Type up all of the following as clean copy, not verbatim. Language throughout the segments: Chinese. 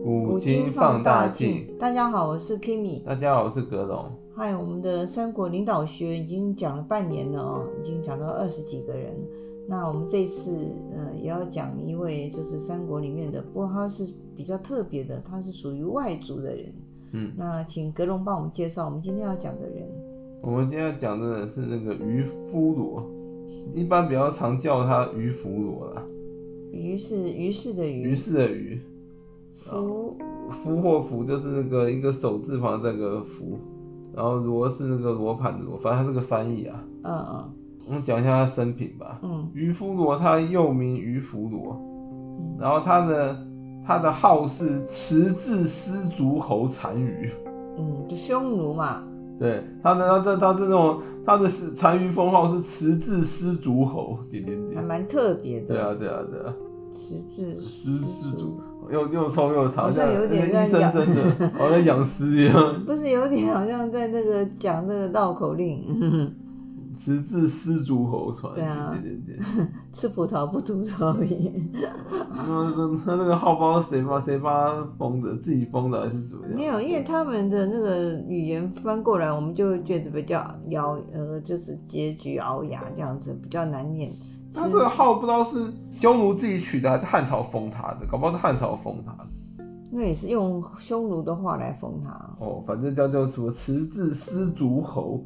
古今放大镜。 大家好，我是 Kimi。 大家好，我是格龙。 嗨，我们的三国领导学已经讲了半年了哦，已经讲到20几个人。那我们这一次也要讲一位就是三国里面的，不过他是比较特别的，他是属于外族的人。那请格龙帮我们介绍我们今天要讲的人。 我们今天要讲的是那个于夫罗，一般比较常叫他于弗罗啦。于是的于，于是的于，夫或福就是那个一个手字旁这个福，然后罗是那个罗盘的罗，反正他是个翻译啊。我们讲一下他生平吧。于夫罗他又名于弗罗，然后他的号是迟滞丝竹侯单于。 就匈奴嘛。 对，他的单于封号是迟滞丝竹侯， 还蛮特别的。 对啊。 迟滞丝竹，又臭又长， 好像有点硬生生的，好像养丝一样。 不是，有点好像在那个讲那个绕口令。 迟滞丝竹侯传。 对啊，吃葡萄不吐草皮。 他那个号不知道谁帮他封的，自己封的还是怎么样？ 没有，因为他们的那个语言翻过来，我们就会觉得比较就是结局鳌牙这样子，比较难念。 他这个号不知道是匈奴自己取的，还是汉朝封他的，搞不好是汉朝封他的。 那也是用匈奴的话来封他。 反正叫什么迟滞丝竹侯。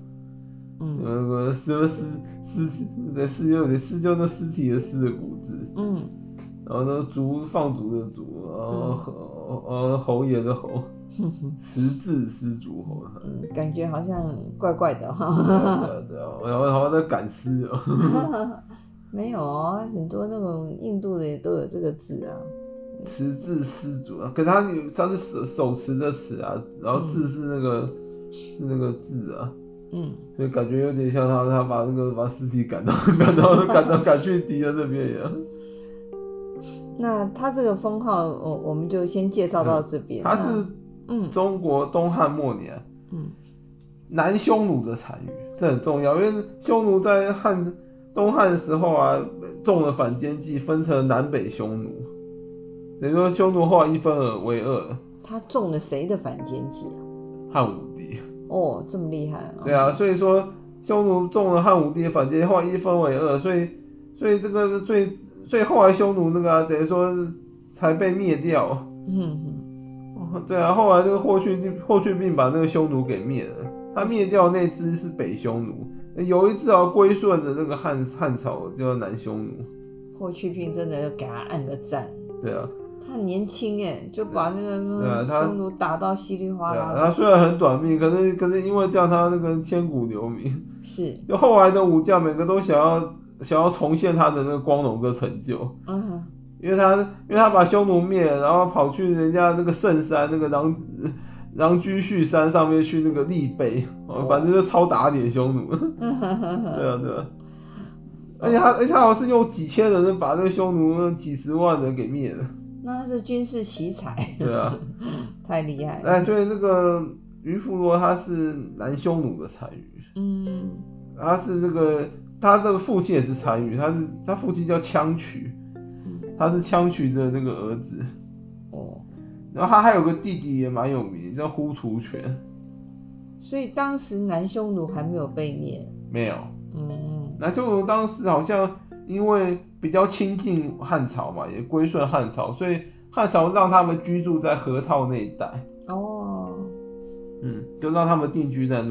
丝就那尸体的尸的骨字。然后呢，竹放逐的竹，然后侯爷的侯，迟滞丝竹侯。 感觉好像怪怪的哈。 对啊，然后好像在赶尸哦。 没有啊，很多那种印度的也都有这个字啊。 迟滞丝竹啊，可是他是手持的持啊，然后字是那个字啊。所以感觉有点像他把尸体赶去敌人那边一样。 那他这个封号，我们就先介绍到这边。 他是中国东汉末年，南匈奴的单于，这很重要，因为匈奴在东汉的时候啊，中了反间计，分成南北匈奴，等于说匈奴后来一分为二。他中了谁的反间计啊？ 汉武帝。 这么厉害。 对啊，所以说匈奴中了汉武帝的反间，后来一分为二，所以这个所以后来匈奴那个等于说才被灭掉。对啊，后来这个霍去病把那个匈奴给灭了，他灭掉那支是北匈奴。有一支归顺的那个汉朝叫南匈奴。 霍去病真的要给他按个赞。 对啊， 他很年轻就把那个匈奴打到稀里哗啦。 他虽然很短命，可是因为这样他那个千古留名。 是。 就后来的武将每个都想要重现他的那个光荣跟成就。因为他把匈奴灭了，然后跑去人家那个圣山那个穰居胥山上面去那个立碑，反正就超打脸匈奴。对啊。而且他好像是用几千人把这个匈奴那几十万人给灭了。 那他是军事奇才。 对啊。 太厉害了。 所以那个于弗罗他是南匈奴的单于。他是他这个父亲也是单于，他父亲叫羌渠。他是羌渠的那个儿子。然后他还有个弟弟也蛮有名，叫呼图全。 所以当时南匈奴还没有被灭。 没有。南匈奴当时好像因为比较亲近汉朝嘛，也归顺汉朝，所以汉朝让他们居住在河套那一带。就让他们定居在那。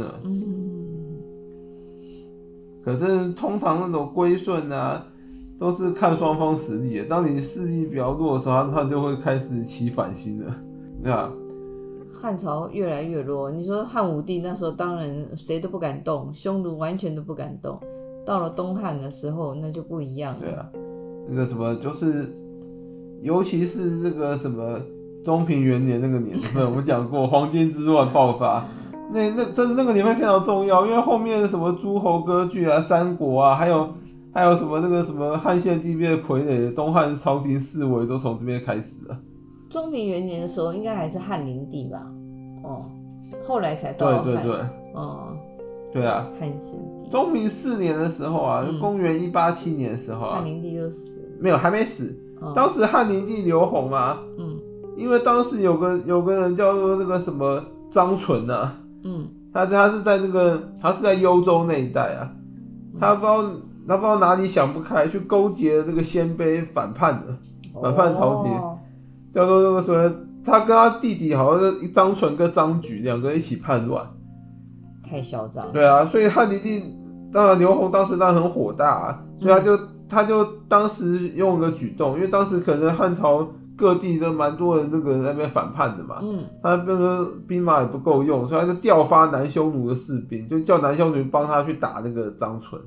可是通常那种归顺啊，都是看双方实力的。当你势力比较弱的时候，他就会开始起反心了，对吧？ 汉朝越来越弱，你说汉武帝那时候当然谁都不敢动，匈奴完全都不敢动。到了东汉的时候，那就不一样了。 对啊，那个什么就是，尤其是那个什么中平元年那个年份，我们讲过黄巾之乱爆发。那真的那个年份非常重要，因为后面什么诸侯割据啊、三国啊，还有什么那个什么汉献帝变傀儡的东汉朝廷四维都从这边开始了。 中平元年的时候，应该还是汉灵帝吧？后来才到汉。 对。对啊。 汉献帝。 中平4年的时候啊，公元187年的时候啊， 汉灵帝就死了。 没有，还没死。当时汉灵帝刘宏啊， 因为当时有个人叫做那个什么张纯啊，他是在幽州那一带啊，他不知道哪里想不开，去勾结那个鲜卑反叛朝廷，叫做那个什么，他跟他弟弟好像是张纯跟张举两个人一起叛乱， 太嚣张。 对啊，所以汉灵帝当然刘宏当时很火大啊，所以他就当时用了个举动，因为当时可能汉朝各地都蛮多人在那边反叛的嘛，他那个兵马也不够用，所以他就调发南匈奴的士兵，就叫南匈奴帮他去打那个张纯。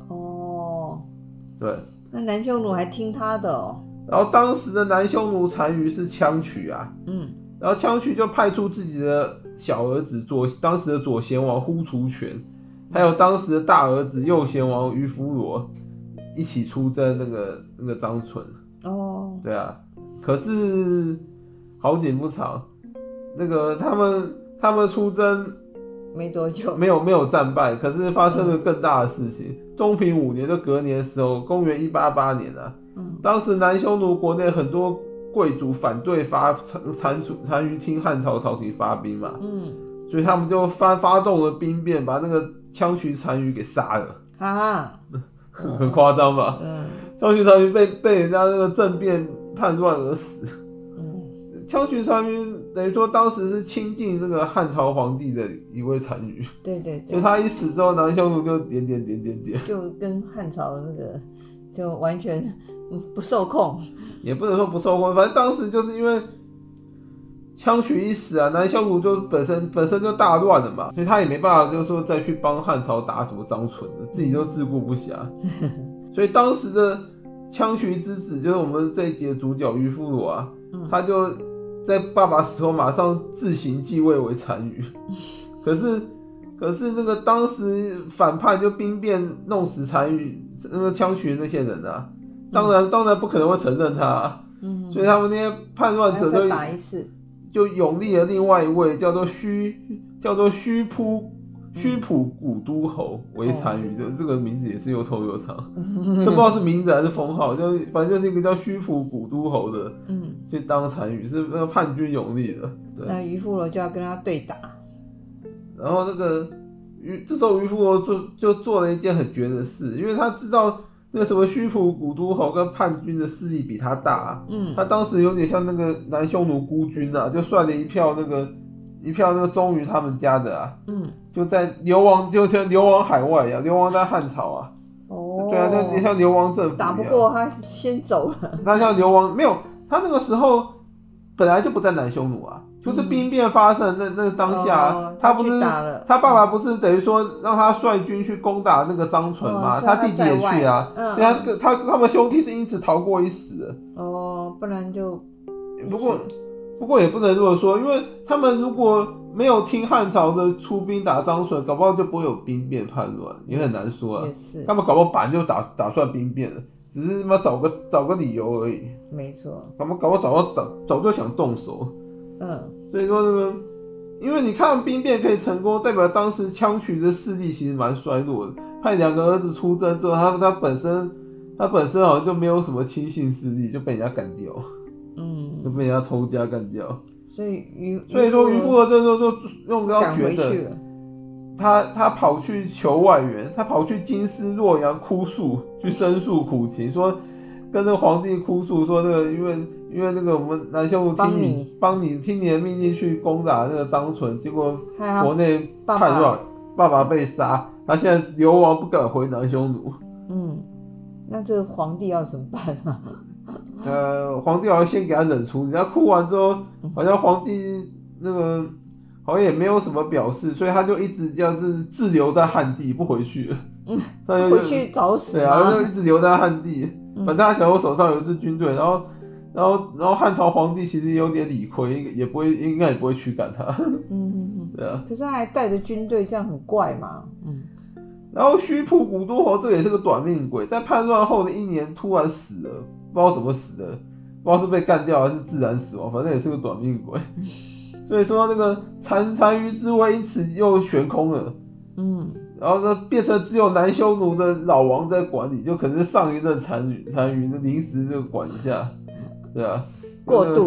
对， 那南匈奴还听他的哦。 然后当时的南匈奴单于是羌渠啊，然后羌渠就派出自己的小儿子当时的左贤王呼除权，还有当时的大儿子右贤王于夫罗一起出征那个张纯。对啊，可是好景不长，那个他们出征没多久， 没有战败，可是发生了更大的事情。东平5年，就隔年的时候，公元188年啊，当时南匈奴国内很多贵族反对单于听汉朝朝廷发兵嘛，所以他们就发动了兵变，把那个羌渠单于给杀了啊，很夸张吧？羌渠单于被人家那个政变叛乱而死。羌渠单于等于说当时是亲近那个汉朝皇帝的一位单于， 对， 所以他一死之后，南匈奴就点， 就跟汉朝那个就完全不受控， 也不能说不受控，反正当时就是因为羌渠一死啊，南匈奴就本身就大乱了嘛，所以他也没办法就是说再去帮汉朝打什么张纯了，自己就自顾不暇，所以当时的羌渠之子就是我们这一集的主角于夫罗啊，他就在爸爸死后马上自行继位为单于，可是那个当时反叛就兵变弄死单于那个羌渠的那些人啊，当然不可能会承认他啊，所以他们那些叛乱者再打一次， 就拥立了另外一位叫做须普古都侯为单于，这个名字也是又臭又长，就不知道是名字还是封号，反正就是一个叫须普古都侯的，去当单于，是那个叛军拥立的。对， 那于夫罗就要跟他对打， 然后这时候于夫罗就做了一件很绝的事，因为他知道那个什么须普古都侯跟叛军的势力比他大，他当时有点像那个南匈奴孤军啊，就率了一票那个忠于他们家的啊，就在就像流亡海外一样，流亡在汉朝啊。对啊，就像流亡政府一样， 打不过他先走了。 他像流亡，没有，他那个时候本来就不在南匈奴啊，就是兵变发生的那个当下，他不是他爸爸不是等于说让他率军去攻打那个张纯嘛，他弟弟也去啊，所以他们兄弟是因此逃过一死的。 不然就不过也不能这么说，因为他们如果没有听汉朝的出兵打张纯，搞不好就不会有兵变叛乱，也很难说啊。他们搞不好本来就打算兵变了，只是他妈找个理由而已。 没错， 搞不好早就想动手。所以说因为你看兵变可以成功，代表当时羌渠的势力其实蛮衰弱的。派2个儿子出征之后，他本身好像就没有什么亲信势力，就被人家干掉。就被人家偷家干掉，所以说于夫罗这时候就用到觉得，他跑去求外援，他跑去京师洛阳哭诉，去申诉苦情，说跟那个皇帝哭诉说因为那个我们南匈奴帮你听你的命令去攻打那个张纯，结果国内叛乱，爸爸被杀，他现在流亡不敢回南匈奴。 那这个皇帝要怎么办啊？ 皇帝好像先给他冷处理，他哭完之后，好像皇帝那个好像也没有什么表示，所以他就一直这样子滞留在汉地不回去了。他就回去找死。 对啊，他就一直留在汉地。反正他小时候手上有一支军队，然后汉朝皇帝其实有点理亏，应该也不会驱赶他。对啊。 可是他还带着军队，这样很怪嘛。 然后须普古都侯这也是个短命鬼，在叛乱后的1年突然死了，不知道怎么死的，不知道是被干掉还是自然死亡，反正也是个短命鬼。所以说那个单于之位因此又悬空了。然后呢，变成只有南匈奴的老王在管理，就可能是上一任单于的临时这个管一下，对啊， 过渡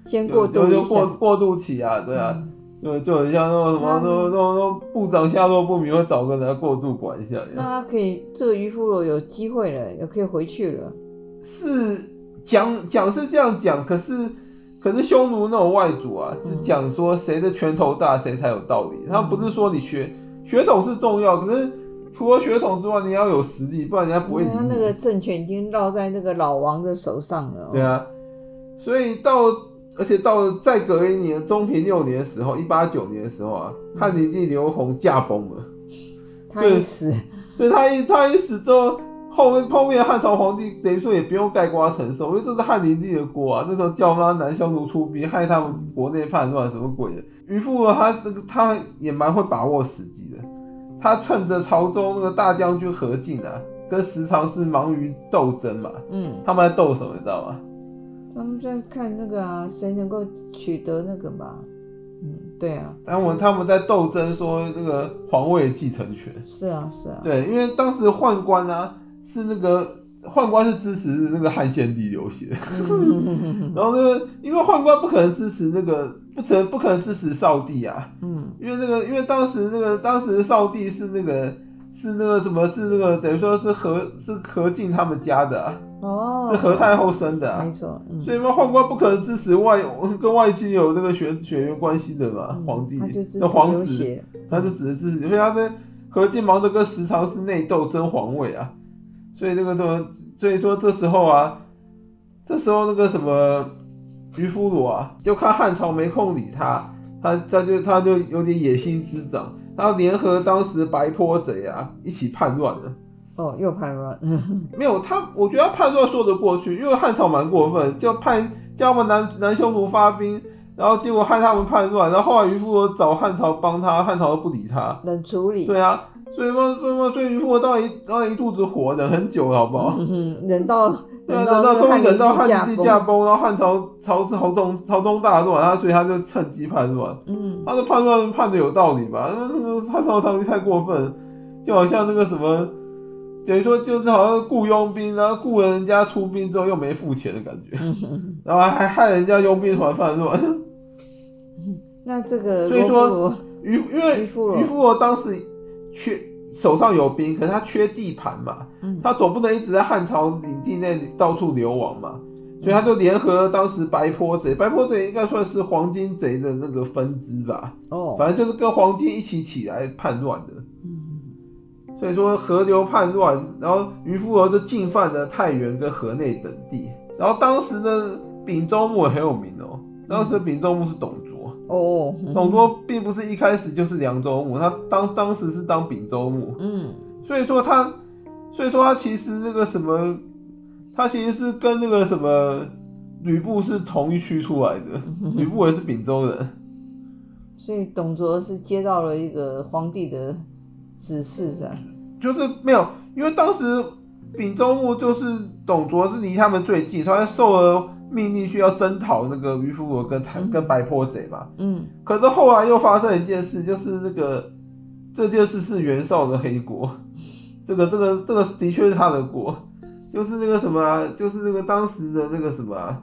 先过渡一下， 过渡期啊，对啊，就很像那种什么那部长下落不明，会找个人过渡管一下。 那他可以，这个渔夫罗有机会了，也可以回去了。 是讲是这样讲，可是匈奴那种外族啊，是讲说谁的拳头大谁才有道理。他们不是说你血统是重要，可是除了血统之外，你要有实力，不然人家不会理你。 他那个政权已经落在那个老王的手上了。 对啊，所以而且到再隔一年，中平6年的时候，189年的时候啊，汉灵帝刘宏驾崩了。 他一死， 所以他一死之后。后面汉朝皇帝等于说也不用盖瓜承受，因为这是汉灵帝的锅啊。那时候叫他南匈奴出兵，害他们国内叛乱，什么鬼的？渔夫罗他也蛮会把握时机的，他趁着朝中那个大将军何进啊，跟时常是忙于斗争嘛。他们在斗什么，你知道吗？ 他们在看那个啊，谁能够取得那个嘛。对啊， 他们在斗争，说那个皇位继承权。 是啊。 对，因为当时宦官啊。是那个宦官是支持那个汉献帝刘协，然后因为宦官不可能支持那个不可能支持少帝啊，因为当时少帝是那个什么是那个等于说是何进他们家的啊，是何太后生的啊， 没错， 所以嘛宦官不可能支持跟外戚有那个血缘关系的嘛，皇帝的皇子，他就只是支持，所以他在何进忙着跟时常是内斗争皇位啊。所以说这时候那个什么渔夫罗啊，就看汉朝没空理他就有点野心滋长，他联合当时白坡贼啊一起叛乱了。 又叛乱？ 没有我觉得他叛乱说得过去，因为汉朝蛮过分，叫他们南匈奴发兵，然后结果害他们叛乱，然后后来渔夫罗找汉朝帮他，汉朝都不理他， 冷处理。 对啊。所以渔夫罗当然一肚子火，忍很久了，好不好？ 忍到终于忍到汉灵帝驾崩，然后汉朝朝中大乱，所以他就趁机叛乱。他的叛乱叛的有道理吧？汉朝皇帝太过分，就好像那个什么，等于说就是好像雇佣兵，然后雇了人家出兵之后又没付钱的感觉，然后还害人家佣兵团叛乱。 那这个所以说渔夫罗当时。手上有兵，可是他缺地盘嘛，他总不能一直在汉朝领地内到处流亡嘛，所以他就联合了当时白坡贼应该算是黄巾贼的那个分支吧，反正就是跟黄巾一起来叛乱的，所以说河流叛乱，然后渔夫罗就进犯了太原跟河内等地，然后当时的丙州牧很有名哦，当时的丙州牧是董卓。董卓并不是一开始就是凉州牧，他当时是当丙州牧，所以说他其实那个什么，他其实是跟那个什么吕布是同一区出来的，吕布也是丙州人， 所以董卓是接到了一个皇帝的指示，是吧？ 就是没有，因为当时丙州牧就是董卓是离他们最近，所以他受了命令需要征讨那个渔夫罗跟白坡贼嘛，可是后来又发生一件事，就是这件事是袁绍的黑锅，这个的确是他的锅，就是那个什么就是那个当时的那个什么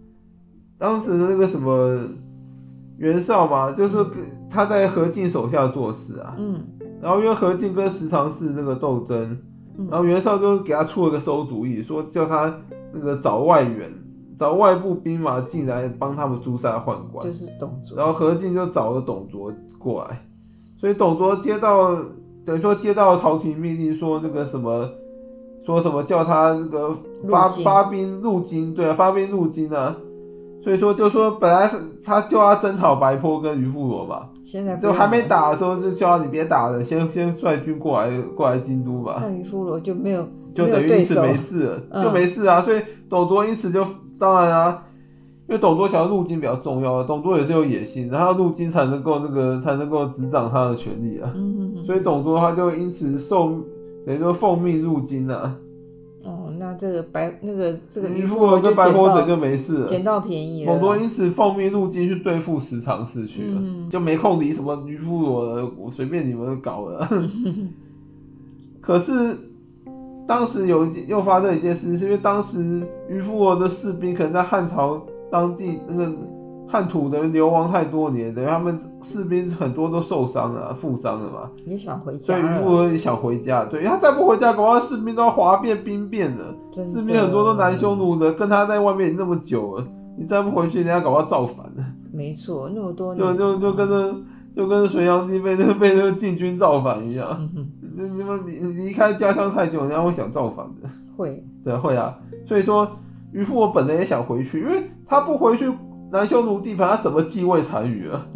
袁绍嘛，就是他在何进手下做事啊，然后因为何进跟时常是那个斗争，然后袁绍就给他出了个馊主意，说叫他那个找外部兵马进来帮他们诛杀宦官， 就是董卓。然后何进就找了董卓过来，所以董卓等于说接到朝廷命令，说那个什么叫他那个发兵入京，对啊，发兵入京啊。所以说就说本来他叫他征讨白坡跟渔夫罗嘛， 现在就还没打的时候就叫他你别打了，先率军过来京都吧。 那渔夫罗就没有就等于因此没事了，就没事啊。所以董卓因此就当然啊，因为董卓想要入京比较重要，董卓也是有野心，然后入京才能够执掌他的权力啊。所以董卓他就因此等于说奉命入京啊。 那这个渔夫罗跟白坡贼就没事了， 捡到便宜了。 董卓因此奉命入京去对付十常侍去了，就没空理什么渔夫罗了，我随便你们搞了。可是当时又发生一件事，是因为当时渔夫罗的士兵可能在汉朝当地那个汉土的流亡太多年，等于他们士兵很多都受伤了、负伤了嘛， 也想回家了。 所以渔夫也想回家，对，因为他再不回家，搞不好士兵都要哗变兵变了。士兵很多都南匈奴的，跟他在外面那么久了，你再不回去，人家搞不好造反了。 没错，那么多年就跟隋炀帝被那个禁军造反一样。你们离开家乡太久，人家会想造反的。 会， 对，会啊。所以说，渔夫我本来也想回去，因为他不回去南匈奴地盘，他怎么继位单于啊？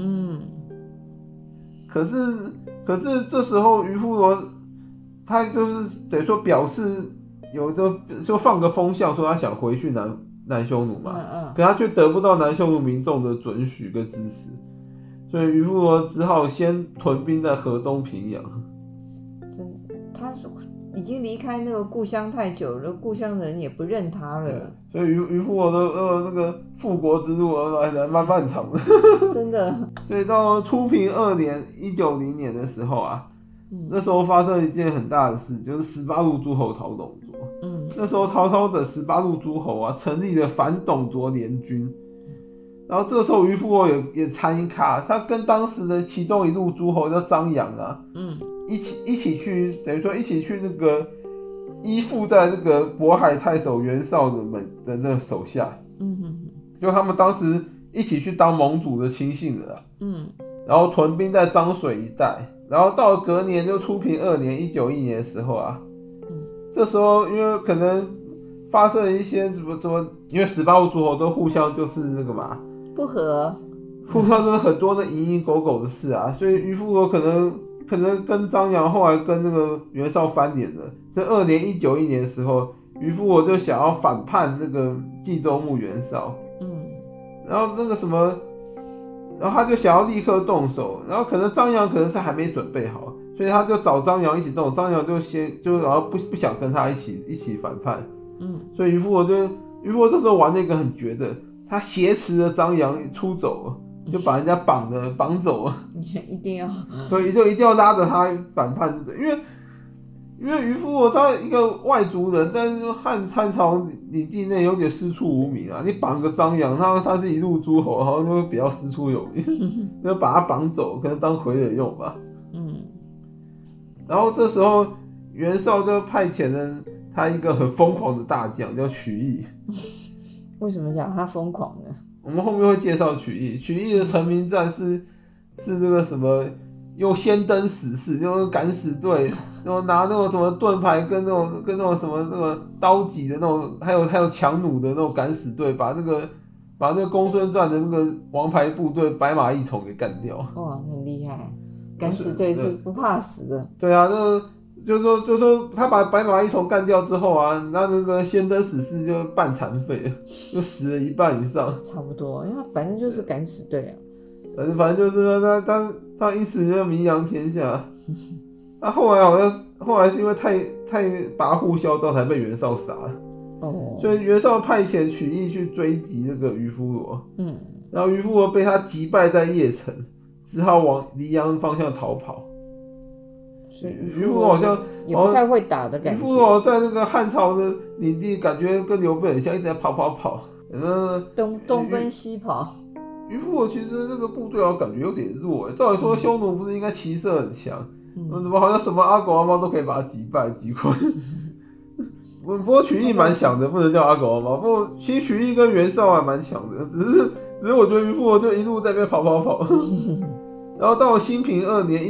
可是这时候渔夫罗他就是等于说表示就放个风向，说他想回去南匈奴嘛。可他却得不到南匈奴民众的准许跟支持，所以渔夫罗只好先屯兵在河东平阳。 他已经离开那个故乡太久了，故乡人也不认他了。 所以渔夫罗的那个复国之路还蛮漫长的， 真的。所以到初平2年190年的时候啊，那时候发生一件很大的事，就是18路诸侯讨董卓。那时候曹操的18路诸侯啊，成立了反董卓联军。然后这个时候渔夫罗也参一咖，他跟当时的其中一路诸侯叫张扬啊，一起去，等于说一起去那个依附在那个渤海太守袁绍的那个手下，就他们当时一起去当盟主的亲信的啦，然后屯兵在漳水一带，然后到隔年就初平2年191年的时候啊，这时候因为可能发生了一些什么，因为18路诸侯都互相就是那个嘛不和， 互相就是很多的蝇狗狗的事啊，所以渔夫罗可能跟张扬后来跟那个袁绍翻脸了。在2年191年的时候，渔夫罗就想要反叛那个冀州牧袁绍，然后那个什么，然后他就想要立刻动手，然后可能张扬可能是还没准备好，所以他就找张扬一起动，张扬就然后不想跟他一起反叛，所以渔夫罗这时候玩了一个很绝的，他挟持了张扬出走了。就把人家绑走了， 一定要， 所以就一定要拉着他反叛，因为渔夫罗他一个外族人，在汉朝领地内有点师出无名啊。你绑个张扬，他是一路诸侯，然后就会比较师出有名，就把他绑走，可能当傀儡用吧。然后这时候袁绍就派遣了他一个很疯狂的大将，叫曲义。 为什么讲他疯狂呢？ 我们后面会介绍曲义。曲义的成名战是那个什么，用先登死士，用敢死队，然后拿那种什么盾牌跟那种什么那个刀戟的那种，还有强弩的那种敢死队，把那个公孙瓒的那个王牌部队白马义从给干掉。 哇，很厉害！敢死队是不怕死的。 对啊，就是说他把白马义从干掉之后啊，那个先登死士就半残废了，就死了一半以上。 差不多，因为他反正就是敢死队啊。 反正就是他因此就名扬天下。他后来是因为太跋扈嚣张，才被袁绍杀了。所以袁绍派遣曲义去追击那个渔夫罗。然后渔夫罗被他击败在邺城，只好往黎阳方向逃跑。 所以渔夫罗好像也不太会打的感觉。 渔夫罗在那个汉朝的领地，感觉跟刘备很像，一直在跑。 东奔西跑。 渔夫罗其实那个部队我感觉有点弱，照理说匈奴不是应该骑射很强，怎么好像什么阿狗阿猫都可以把他击败击溃？不过曲义蛮强的，不能叫阿狗阿猫。不过其实曲义跟袁绍还蛮强的，只是我觉得渔夫罗就一路在那边跑。然后到兴平2年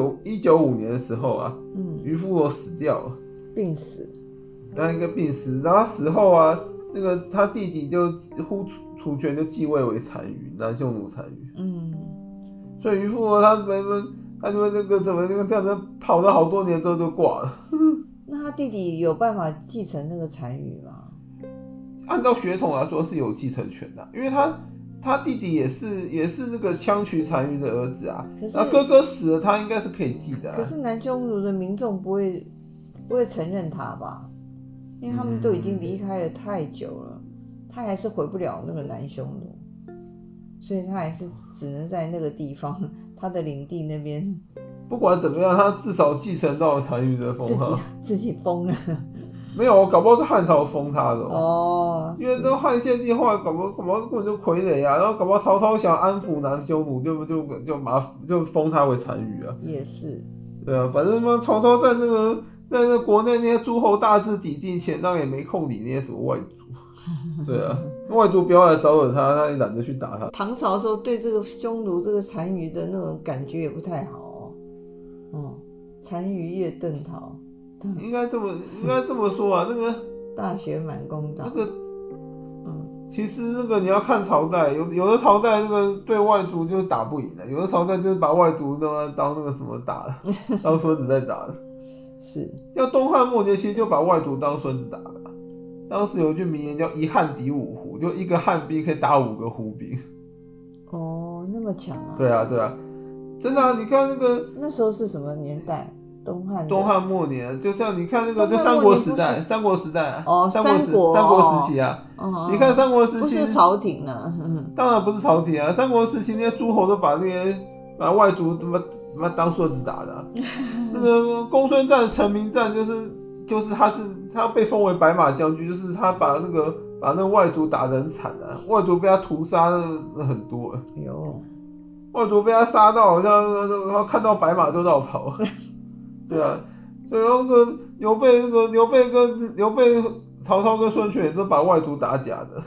195年的时候啊，渔夫罗死掉了， 病死。 然后一个病死，然后他死后啊，那个他弟弟就楚权就继位为单于，南匈奴单于。所以渔夫罗他就那个怎么这样子跑了好多年之后就挂了。 那他弟弟有办法继承那个单于吗？ 按照血统来说是有继承权的，因为他弟弟也是那个羌渠单于的儿子啊。那哥哥死了，他应该是可以继的。 可是南匈奴的民众不会承认他吧？因为他们都已经离开了太久了，他还是回不了那个南匈奴，所以他还是只能在那个地方，他的领地那边。 不管怎么样，他至少继承到了单于的封号。 自己封了。 没有，搞不好是汉朝封他的因为这个汉献帝后来搞不好根本就傀儡啊，然后搞不好曹操想安抚南匈奴，就封他为单于啊。 也是。 对啊，反正曹操在那个国内那些诸侯大治底定前，当然也没空理那些什么外族。对啊，外族不要来找惹他，他也懒得去打他。 唐朝的时候对这个匈奴这个单于的那种感觉也不太好单于夜邓逃。 应该这么说啊，那个大学满弓道。 其实那个你要看朝代，有的朝代那个对外族就打不赢的，有的朝代就是把外族当那个什么打了，当孙子在打的。 是。 要东汉末年，其实就把外族当孙子打了。当时有一句名言叫"一汉抵五胡"，就一个汉兵可以打5个胡兵。 那么强啊！ 对啊，真的啊！你看那时候是什么年代？ 东汉末年，就像你看就三国时代啊，三国时期啊。你看三国时期不是朝廷啊。 当然不是朝廷啊，三国时期那些诸侯都把外族当孙子打的啊。那个公孙瓒、陈明瓒就是他被封为白马将军，就是他把那个外族打得很惨啊，外族被他屠杀的很多。外族被他杀到好像看到白马就绕跑。对啊，所以刘备、曹操跟孙权也都把外族打假的，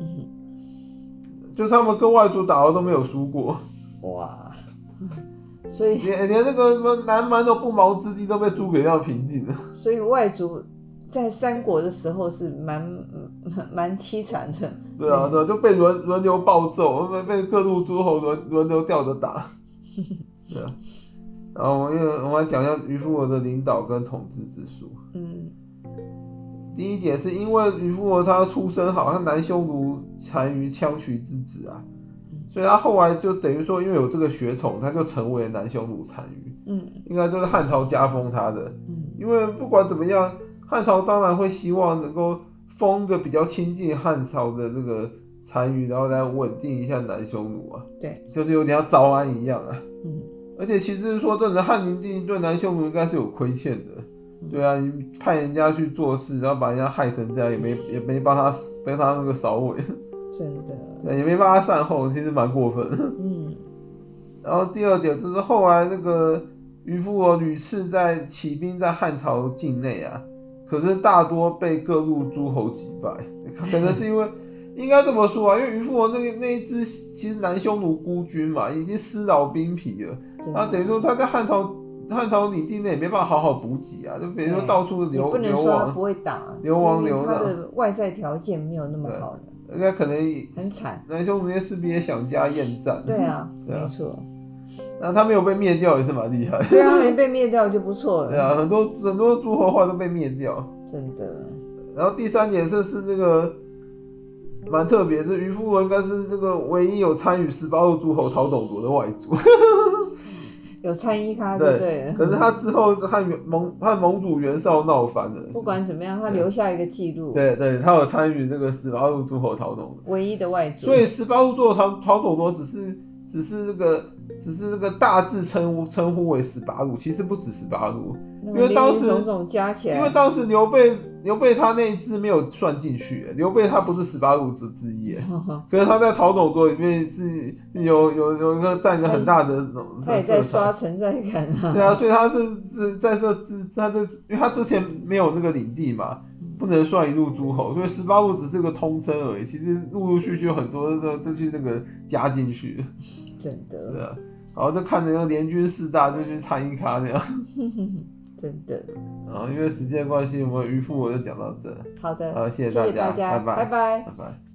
就他们跟外族打的都没有输过。 哇！所以连那个南蛮的不毛之地都被诸葛亮平定了。 所以外族在三国的时候是蛮凄惨的。 对啊，就被轮流暴揍，被各路诸侯轮流吊着打。对啊。然后我们来讲一下渔夫阖的领导跟统治之术。第一点是因为渔夫阖他出身好，他南匈奴单于羌渠之子啊，所以他后来就等于说，因为有这个血统，他就成为了南匈奴单于。应该就是汉朝加封他的。因为不管怎么样，汉朝当然会希望能够封一个比较亲近汉朝的这个单于，然后来稳定一下南匈奴啊。 对， 就是有点像招安一样啊。而且其实说真的，汉灵帝对南匈奴应该是有亏欠的。对啊，你派人家去做事，然后把人家害成这样，也没帮他那个扫尾。 真的。 对，也没帮他善后，其实蛮过分的。然后第二点就是后来那个渔夫阖屡次起兵在汉朝境内啊，可是大多被各路诸侯击败，可能是因为。应该这么说啊，因为渔夫阖那一支其实南匈奴孤军嘛，已经失老兵疲了。他等于说他在汉朝领地内也没办法好好补给啊，就比如说到处流亡。 不能说他不会打， 流亡他的外在条件没有那么好了。 应该可能很惨。 南匈奴那些士兵也想家厌战。 对啊，没错。 那他没有被灭掉也是蛮厉害。 对啊，没被灭掉就不错了。 对啊，很多诸侯后来都被灭掉。 真的。 然后第三点是那个。蛮特别，是渔夫阖应该是那个唯一有参与18路诸侯讨董卓的外族。 有参与他就对了。 可是他之后和盟主袁绍闹翻了。 不管怎么样，他留下一个记录。 对，他有参与那个18路诸侯讨董卓。 唯一的外族。 所以18路诸侯讨董卓只是那个大致称呼为18路，其实不止18路。因为当时种种加起来， 因为当时刘备他那一支没有算进去，刘备他不是18路之一，可是他在讨董卓里面是有一个占一个很大的， 他也在刷存在感啊。 对啊，所以他是在因为他之前没有那个领地嘛，不能算一路诸侯，所以18路只是个通称而已。其实陆陆续续有很多就去那个加进去， 真的。 对啊，然后就看着联军4大就去参一咖那样。 真的。 因为时间关系，我们渔夫阖就讲到这。 好的，谢谢谢大家， 拜拜。 拜拜。